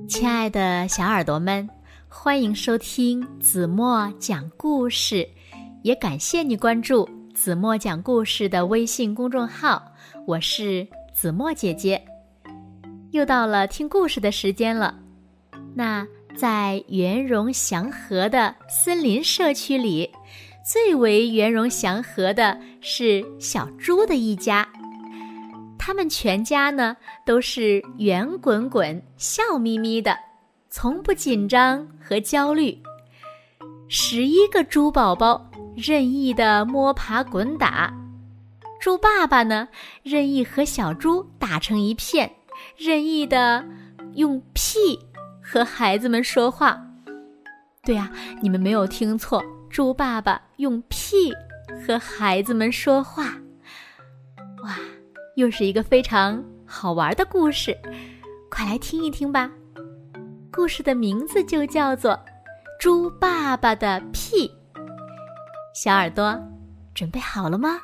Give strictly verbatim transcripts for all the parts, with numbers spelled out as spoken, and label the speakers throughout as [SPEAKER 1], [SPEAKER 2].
[SPEAKER 1] 亲爱的小耳朵们，欢迎收听子墨讲故事，也感谢你关注子墨讲故事的微信公众号，我是子墨姐姐。又到了听故事的时间了。那在圆融祥和的森林社区里，最为圆融祥和的是小猪的一家。他们全家呢都是圆滚滚、笑眯眯的，从不紧张和焦虑。十一个猪宝宝任意的摸爬滚打，猪爸爸呢任意和小猪打成一片，任意的用屁和孩子们说话。对啊，你们没有听错，猪爸爸用屁和孩子们说话。哇，又是一个非常好玩的故事，快来听一听吧。故事的名字就叫做《猪爸爸的屁》。小耳朵，准备好了吗？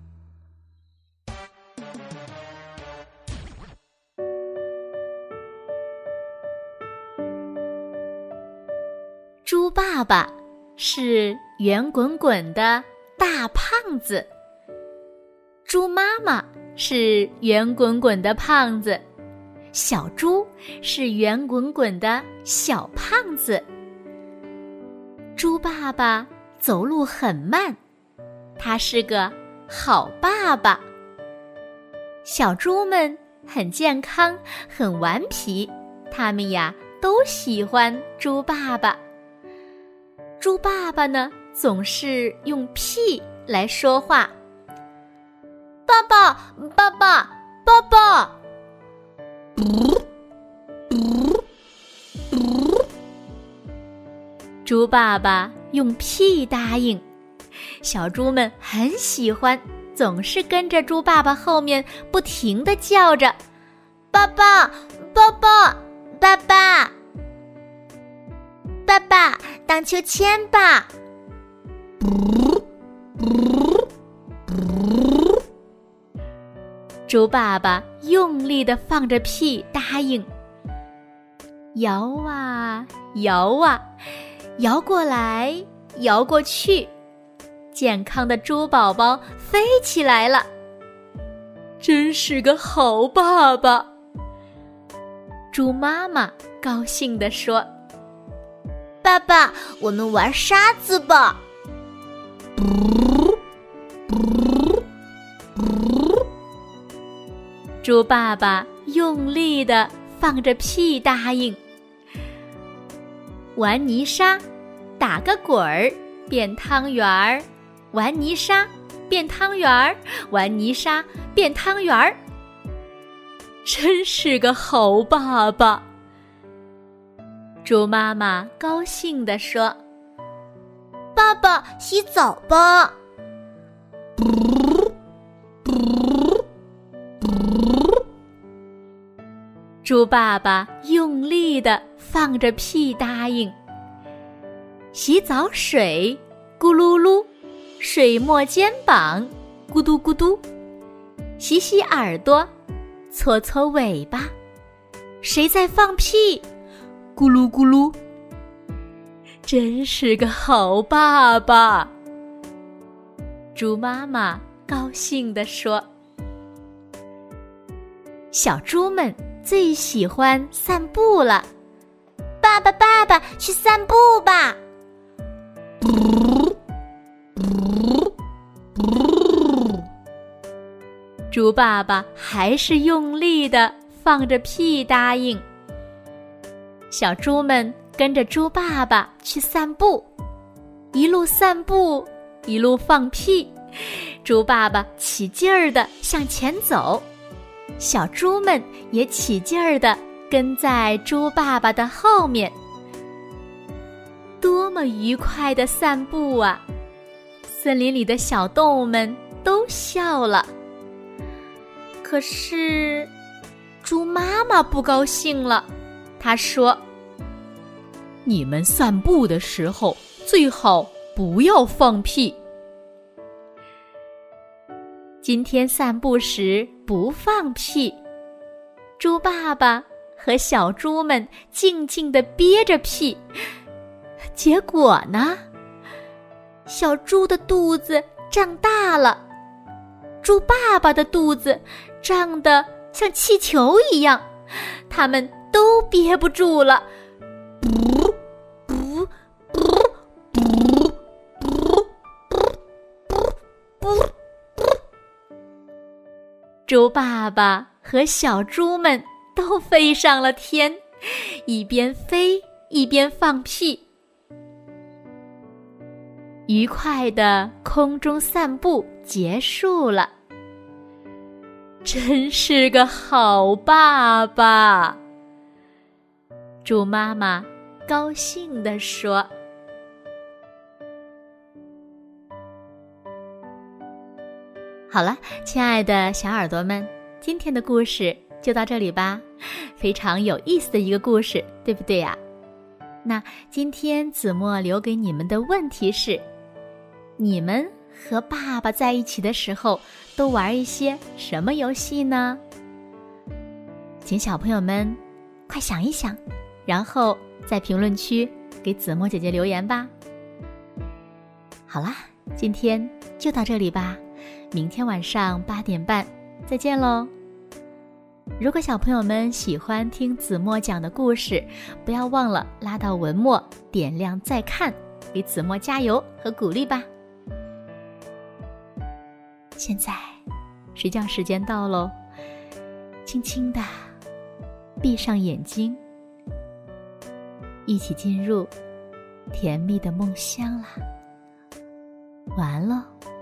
[SPEAKER 1] 猪爸爸是圆滚滚的大胖子，猪妈妈是圆滚滚的胖子，小猪是圆滚滚的小胖子。猪爸爸走路很慢，他是个好爸爸。小猪们很健康，很顽皮，他们呀都喜欢猪爸爸。猪爸爸呢，总是用屁来说话。爸爸，爸爸，爸爸！猪爸爸用屁答应，小猪们很喜欢，总是跟着猪爸爸后面不停地叫着：爸爸，爸爸，爸爸！爸爸，荡秋千吧！猪爸爸用力地放着屁答应，摇啊摇啊，摇过来摇过去，健康的猪宝宝飞起来了。真是个好爸爸！猪妈妈高兴地说：爸爸，我们玩沙子吧！猪爸爸用力地放着屁答应。玩泥沙，打个滚儿，变汤圆儿；玩泥沙，变汤圆儿；玩泥沙，变汤圆儿。真是个好爸爸！猪妈妈高兴地说：爸爸，洗澡吧！猪爸爸用力地放着屁答应。洗澡水，咕噜噜；水没肩膀，咕嘟咕嘟；洗洗耳朵，搓搓尾巴。谁在放屁？咕噜咕噜。真是个好爸爸！猪妈妈高兴地说。小猪们最喜欢散步了，爸爸爸爸，去散步吧！猪爸爸还是用力地放着屁答应。小猪们跟着猪爸爸去散步，一路散步，一路放屁。猪爸爸起劲儿地向前走，小猪们也起劲儿地跟在猪爸爸的后面。多么愉快的散步啊！森林里的小动物们都笑了。可是，猪妈妈不高兴了，她说：你们散步的时候最好不要放屁。今天散步时不放屁，猪爸爸和小猪们静静地憋着屁，结果呢，小猪的肚子胀大了，猪爸爸的肚子胀得像气球一样，他们都憋不住了。噗噗噗噗噗噗噗噗，猪爸爸和小猪们都飞上了天，一边飞一边放屁。愉快的空中散步结束了，真是个好爸爸，猪妈妈高兴地说。好了，亲爱的小耳朵们，今天的故事就到这里吧，非常有意思的一个故事，对不对呀？那今天子墨留给你们的问题是，你们和爸爸在一起的时候都玩一些什么游戏呢？请小朋友们快想一想，然后在评论区给子墨姐姐留言吧。好啦，今天就到这里吧，明天晚上八点半再见喽。如果小朋友们喜欢听子墨讲的故事，不要忘了拉到文末点亮再看，给子墨加油和鼓励吧。现在睡觉时间到喽，轻轻地闭上眼睛，一起进入甜蜜的梦乡啦。晚安喽。